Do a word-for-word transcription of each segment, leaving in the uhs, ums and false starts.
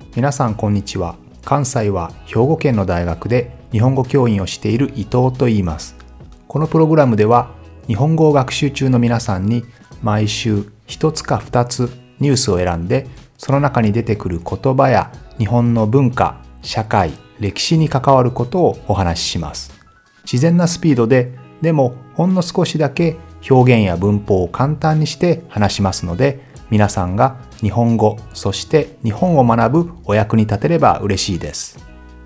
皆さんこんにちは。関西は兵庫県の大学で日本語教員をしている伊藤と言います。このプログラムでは日本語を学習中の皆さんに毎週一つか二つニュースを選んで、その中に出てくる言葉や日本の文化、社会、歴史に関わることをお話しします。自然なスピードで、でもほんの少しだけ表現や文法を簡単にして話しますので、皆さんが日本語、そして日本を学ぶお役に立てれば嬉しいです。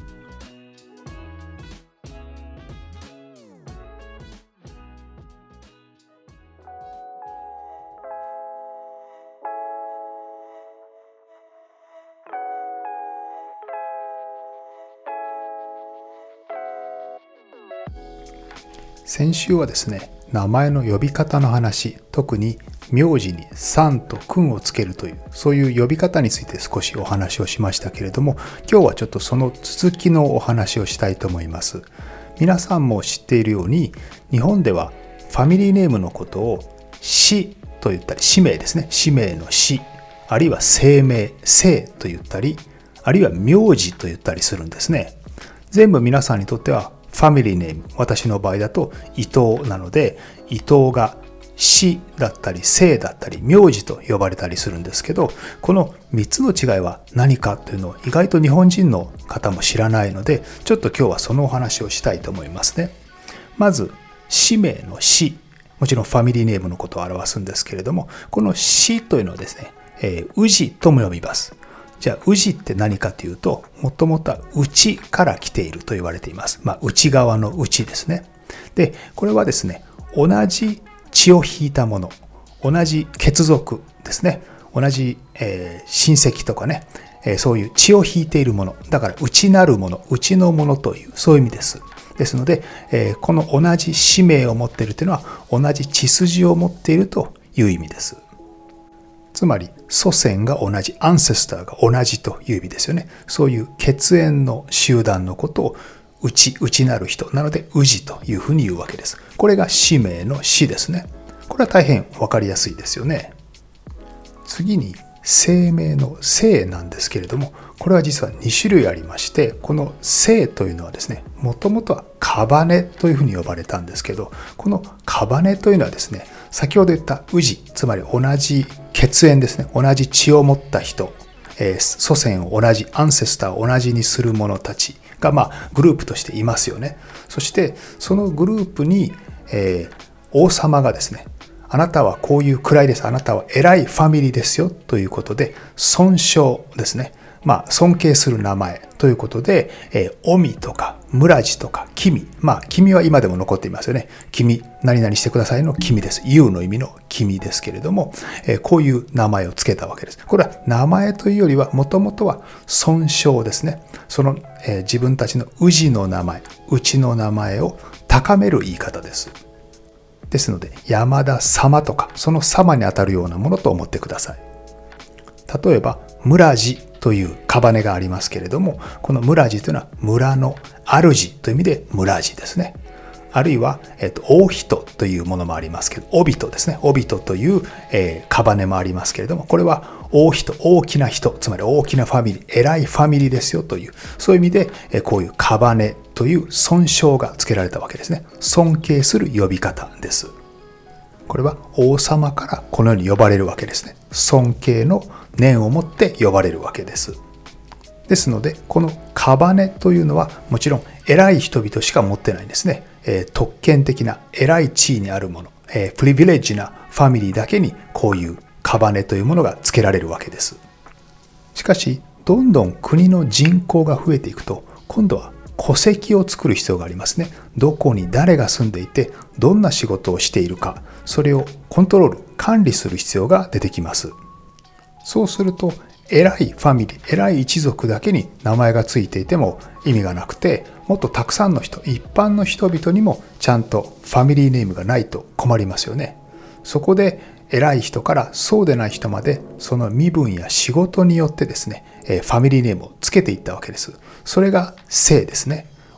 先週はですね、名前の呼び方の話、特に名字にさんとくんをつけるという、そういう呼び方について少しお話をしましたけれども、今日はちょっとその続きのお話をしたいと思います。皆さんも知っているように、日本ではファミリーネームのことを氏と言ったり、氏名ですね、氏名の氏、あるいは姓名、姓と言ったり、あるいは名字と言ったりするんですね。全部皆さんにとってはファミリーネーム、私の場合だと伊藤なので、伊藤が氏だったり姓だったり名字と呼ばれたりするんですけど、このみっつの違いは何かというのを意外と日本人の方も知らないので、ちょっと今日はそのお話をしたいと思いますね。まず氏名の氏、もちろんファミリーネームのことを表すんですけれども、この氏というのはですね、えー、氏とも読みます。じゃあ氏って何かというと、もともとは内から来ていると言われています。まあ内側の内ですね。で、これはですね、同じ血を引いたもの、同じ血族ですね、同じ、えー、親戚とかね、えー、そういう血を引いているもの、だから内なるもの、内のものという、そういう意味です。ですので、えー、この同じ使命を持っているというのは、同じ血筋を持っているという意味です。つまり祖先が同じ、アンセスターが同じという意味ですよね。そういう血縁の集団のことを内、内なる人なので氏というふうに言うわけです。これが氏名の氏ですね。これは大変わかりやすいですよね。次に姓名の姓なんですけれども、これは実はに種類ありまして、この姓というのはですね、もともとはカバネというふうに呼ばれたんですけど、このカバネというのはですね、先ほど言った氏、つまり同じ血縁ですね、同じ血を持った人、えー、祖先を同じ、アンセスターを同じにする者たちが、まあ、グループとしていますよね。そしてそのグループに、えー、王様がですね、あなたはこういう位です、あなたは偉いファミリーですよということで、尊称ですね、まあ、尊敬する名前ということで、えー、おみとか村地とか君、まあ君は今でも残っていますよね。君、何々してくださいの君です。Youの意味の君ですけれども、えー、こういう名前をつけたわけです。これは名前というよりは、もともとは尊称ですね。その、えー、自分たちの氏の名前、うちの名前を高める言い方です。ですので、山田様とか、その様にあたるようなものと思ってください。例えば、村地というカバネがありますけれども、この村地というのは村の主という意味で村地ですね。あるいは、えっと、大人というものもありますけど、お人ですね。お人という、えー、カバネもありますけれども、これは大人、大きな人、つまり大きなファミリー、偉いファミリーですよという、そういう意味で、えー、こういうカバネという尊称が付けられたわけですね。尊敬する呼び方です。これは王様からこのように呼ばれるわけですね。尊敬の念を持って呼ばれるわけです。ですので、このカバネというのはもちろん偉い人々しか持ってないんですね。えー、特権的な偉い地位にあるもの、えー、プリビレッジなファミリーだけにこういうカバネというものが付けられるわけです。しかし、どんどん国の人口が増えていくと、今度は戸籍を作る必要がありますね。どこに誰が住んでいて、どんな仕事をしているか、それをコントロール、管理する必要が出てきます。そうすると、偉いファミリー、偉い一族だけに名前がついていても意味がなくて、もっとたくさんの人、一般の人々にもちゃんとファミリーネームがないと困りますよね。そこで偉い人からそうでない人まで、その身分や仕事によってですね、ファミリーネームをつけていったわけです。それが姓ですね。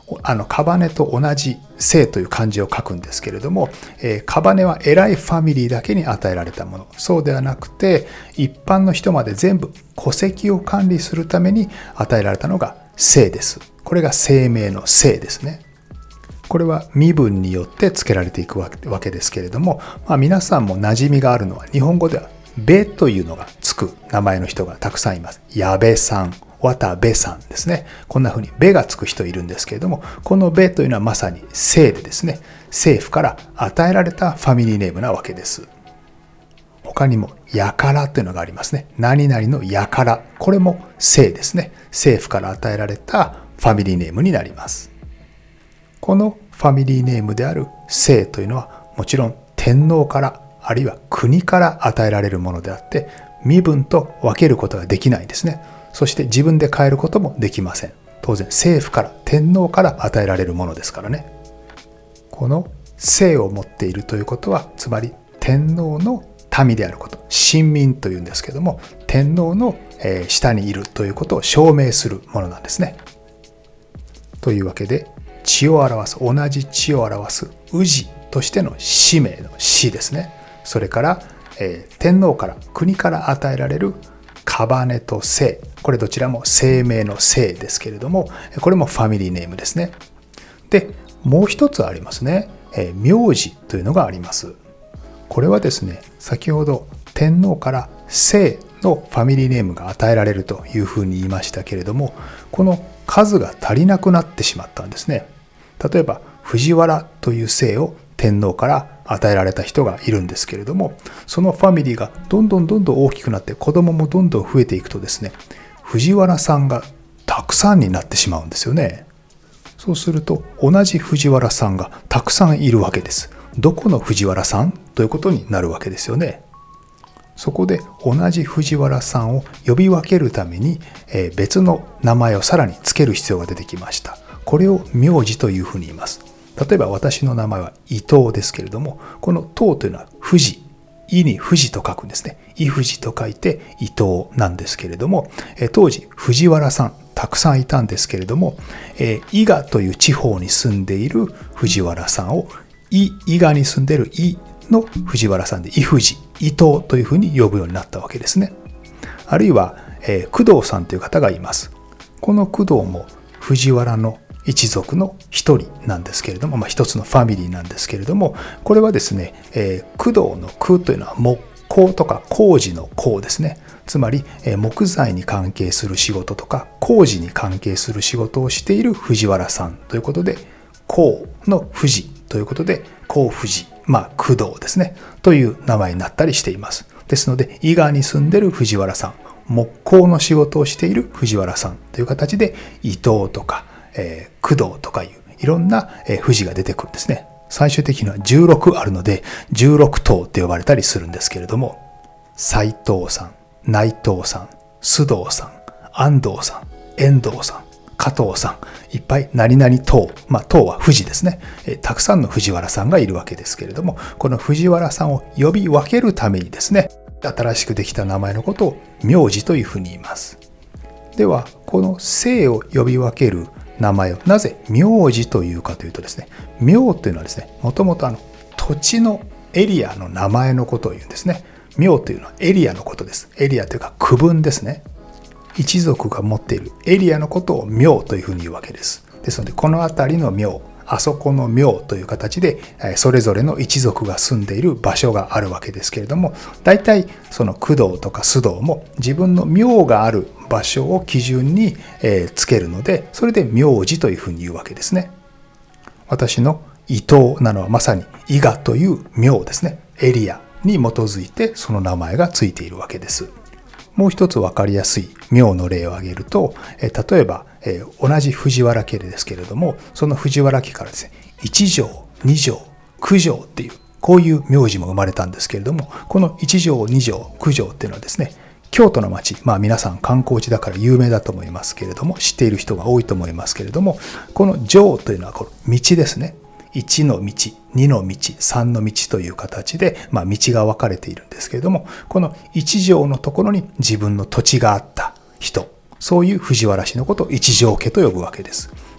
あのカバネと同じ姓という漢字を書くんですけれども、えー、カバネは偉いファミリーだけに与えられたもの。そうではなくて、一般の人まで全部戸籍を管理するために与えられたのが姓です。これが姓名の姓ですね。これは身分によって付けられていくわけですけれども、まあ、皆さんも馴染みがあるのは、日本語ではべというのがつく名前の人がたくさんいます。矢部さん、渡部さんですね。こんな風にべがつく人いるんですけれども、このべというのはまさに姓でですね、政府から与えられたファミリーネームなわけです。他にもやからというのがありますね。何々のやから。これも姓ですね。政府から与えられたファミリーネームになります。このファミリーネームである姓というのはもちろん天皇からあるいは国から与えられるものであって、身分と分けることができないんですね。そして自分で変えることもできません。当然政府から天皇から与えられるものですからね。この姓を持っているということは、つまり天皇の民であること、臣民というんですけども、天皇の下にいるということを証明するものなんですね。というわけで、血を表す、同じ血を表す氏としての使命の死ですね。それから、えー、天皇から国から与えられるカバネと姓、これどちらも姓名の姓ですけれども、これもファミリーネームですね。で、もう一つありますね。えー、名字というのがあります。これはですね、先ほど天皇から姓のファミリーネームが与えられるというふうに言いましたけれども、この数が足りなくなってしまったんですね。例えば藤原という姓を天皇から与えられた人がいるんですけれども、そのファミリーがどんどんどんどん大きくなって子供もどんどん増えていくとですね、藤原さんがたくさんになってしまうんですよね。そうすると同じ藤原さんがたくさんいるわけです。どこの藤原さんということになるわけですよね。そこで同じ藤原さんを呼び分けるために別の名前をさらに付ける必要が出てきました。これを名字というふうに言います。例えば私の名前は伊藤ですけれども、この藤というのは富士、伊に富士と書くんですね。伊富士と書いて伊藤なんですけれども、当時藤原さんたくさんいたんですけれども、伊賀という地方に住んでいる藤原さんを伊伊賀に住んでいる伊の藤原さんで伊富士、伊藤というふうに呼ぶようになったわけですね。あるいは、えー、工藤さんという方がいます。この工藤も藤原の一族の一人なんですけれども、まあ、一つのファミリーなんですけれども、これはですね、えー、工藤の工というのは木工とか工事の工ですね。つまり、えー、木材に関係する仕事とか工事に関係する仕事をしている藤原さんということで、工の富士ということで工富士、まあ工藤ですねという名前になったりしています。ですので伊賀に住んでいる藤原さん、木工の仕事をしている藤原さんという形で伊藤とか、えー、工藤とかいういろんな、えー、富士が出てくるんですね。最終的にはじゅうろくあるのでじゅうろく頭って呼ばれたりするんですけれども、斎藤さん、内藤さん、須藤さん、安藤さん、遠藤さん、加藤さん、いっぱい何々党、まあ党は富士ですね、えたくさんの藤原さんがいるわけですけれども、この藤原さんを呼び分けるためにですね、新しくできた名前のことを名字というふうに言います。ではこの姓を呼び分ける名前をなぜ名字というかというとですね、名というのはですね、もともとあの土地のエリアの名前のことを言うんですね。名というのはエリアのことです。エリアというか区分ですね。一族が持っているエリアのことを名というふうに言うわけです。ですのでこの辺りの名、あそこの名という形でそれぞれの一族が住んでいる場所があるわけですけれども、大体その工藤とか須藤も自分の名がある場所を基準につけるので、それで名字というふうに言うわけですね。私の伊藤なのはまさに伊賀という名ですね。エリアに基づいてその名前がついているわけです。もう一つ分かりやすい名の例を挙げると、例えば同じ藤原家ですけれども、その藤原家からですね、一条、二条、九条っていうこういう名字も生まれたんですけれども、この一条、二条、九条っていうのはですね、京都の町、まあ皆さん観光地だから有名だと思いますけれども、知っている人が多いと思いますけれども、この条というのはこの道ですね。いちの道、にの道、さんの道という形で、まあ、道が分かれているんですけれども、この一条のところに自分の土地があった人、そういう藤原氏のことを一条家と呼ぶわけです。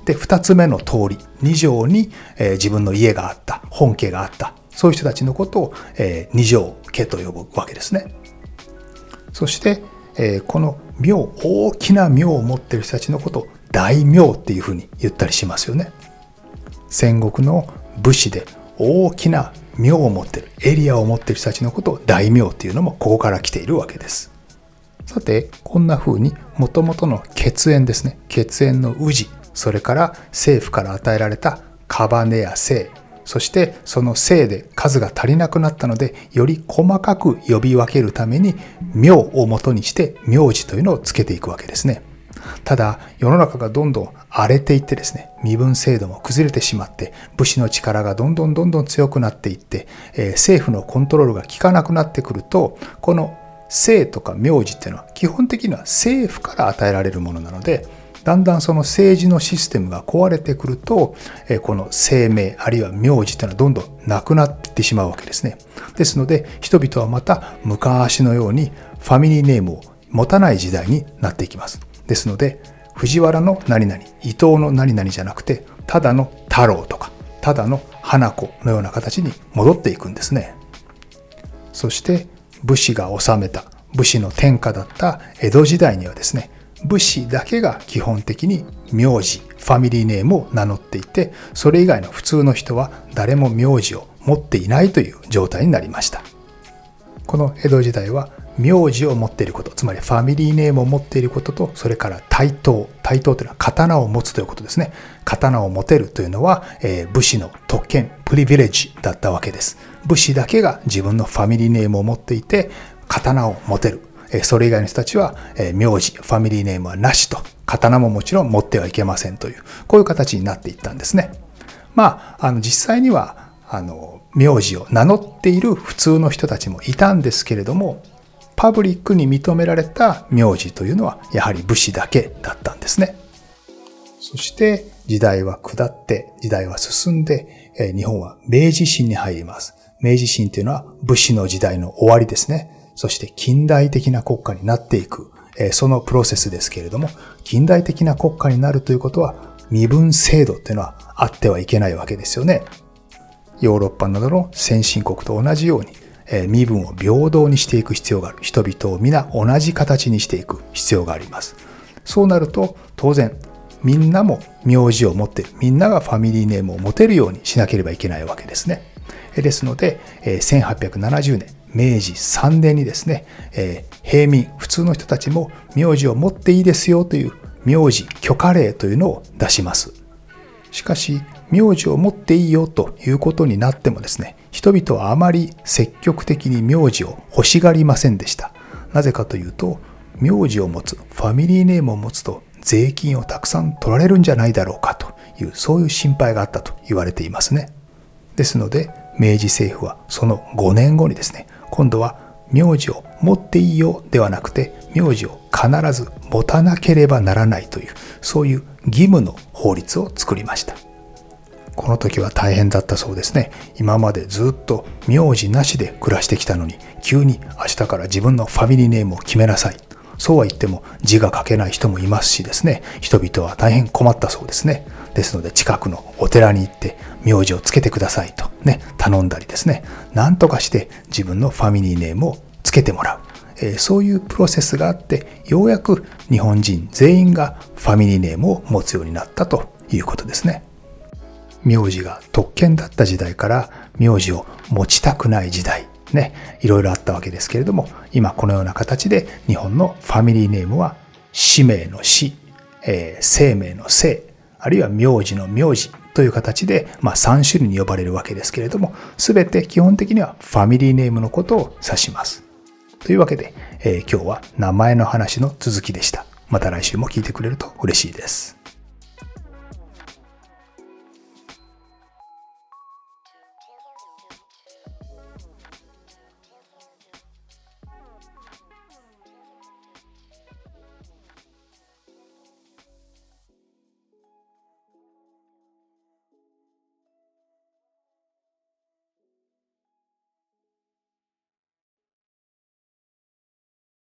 で、二つ目の通り、二条に、えー、自分の家があった、本家があった、そういう人たちのことを、えー、二条家と呼ぶわけですね。そして、えー、この名、大きな名を持っている人たちのことを大名っていうふうに言ったりしますよね。戦国の武士で大きな名を持っている、エリアを持っている人たちのことを大名っていうのもここから来ているわけです。さて、こんな風に元々の血縁ですね。血縁の氏、それから政府から与えられた姓や姓、そしてその姓で数が足りなくなったので、より細かく呼び分けるために名を元にして名字というのをつけていくわけですね。ただ、世の中がどんどん荒れていってですね、身分制度も崩れてしまって、武士の力がどんどんどんどん強くなっていって、えー、政府のコントロールが効かなくなってくると、この姓とか名字っていうのは基本的には政府から与えられるものなので、だんだんその政治のシステムが壊れてくると、えー、この姓名あるいは名字っていうのはどんどんなくなっていってしまうわけですね。ですので、人々はまた昔のようにファミリーネームを持たない時代になっていきます。ですので、藤原の何々、伊藤の何々じゃなくて、ただの太郎とか、ただの花子のような形に戻っていくんですね。そして、武士が治めた、武士の天下だった江戸時代にはですね、武士だけが基本的に名字、ファミリーネームを名乗っていて、それ以外の普通の人は誰も名字を持っていないという状態になりました。この江戸時代は、名字を持っていること、つまりファミリーネームを持っていることと、それから対等。対等というのは刀を持つということですね。刀を持てるというのは、えー、武士の特権、プリビレッジだったわけです。武士だけが自分のファミリーネームを持っていて、刀を持てる。えー、それ以外の人たちは、えー、名字、ファミリーネームはなしと。刀ももちろん持ってはいけませんという、こういう形になっていったんですね。まあ、あの実際には、あの、名字を名乗っている普通の人たちもいたんですけれども、パブリックに認められた名字というのはやはり武士だけだったんですね。そして時代は下って、時代は進んで、日本は明治維新に入ります。明治維新というのは武士の時代の終わりですね。そして近代的な国家になっていく、そのプロセスですけれども、近代的な国家になるということは身分制度というのはあってはいけないわけですよね。ヨーロッパなどの先進国と同じように、身分を平等にしていく必要がある。人々を皆同じ形にしていく必要があります。そうなると当然みんなも名字を持っている。みんながファミリーネームを持てるようにしなければいけないわけですね。ですのでせんはっぴゃくななじゅうねんめいじさんねんにですね、平民普通の人たちも名字を持っていいですよという名字許可令というのを出します。しかし名字を持っていいよということになってもですね、人々はあまり積極的に名字を欲しがりませんでした。なぜかというと、名字を持つ、ファミリーネームを持つと税金をたくさん取られるんじゃないだろうかという、そういう心配があったと言われていますね。ですので、明治政府はそのごねんごにですね、今度は名字を持っていいよではなくて、名字を必ず持たなければならないという、そういう義務の法律を作りました。この時は大変だったそうですね。今までずっと名字なしで暮らしてきたのに、急に明日から自分のファミリーネームを決めなさい。そうは言っても字が書けない人もいますしですね、人々は大変困ったそうですね。ですので近くのお寺に行って名字をつけてくださいとね、頼んだりですね、なんとかして自分のファミリーネームをつけてもらう。えー、そういうプロセスがあって、ようやく日本人全員がファミリーネームを持つようになったということですね。名字が特権だった時代から名字を持ちたくない時代ね、いろいろあったわけですけれども、今このような形で日本のファミリーネームは氏名の氏、えー、生命の生、あるいは名字の名字という形で、まあ、さん種類に呼ばれるわけですけれども、すべて基本的にはファミリーネームのことを指します。というわけで、えー、今日は名前の話の続きでした。また来週も聞いてくれると嬉しいです。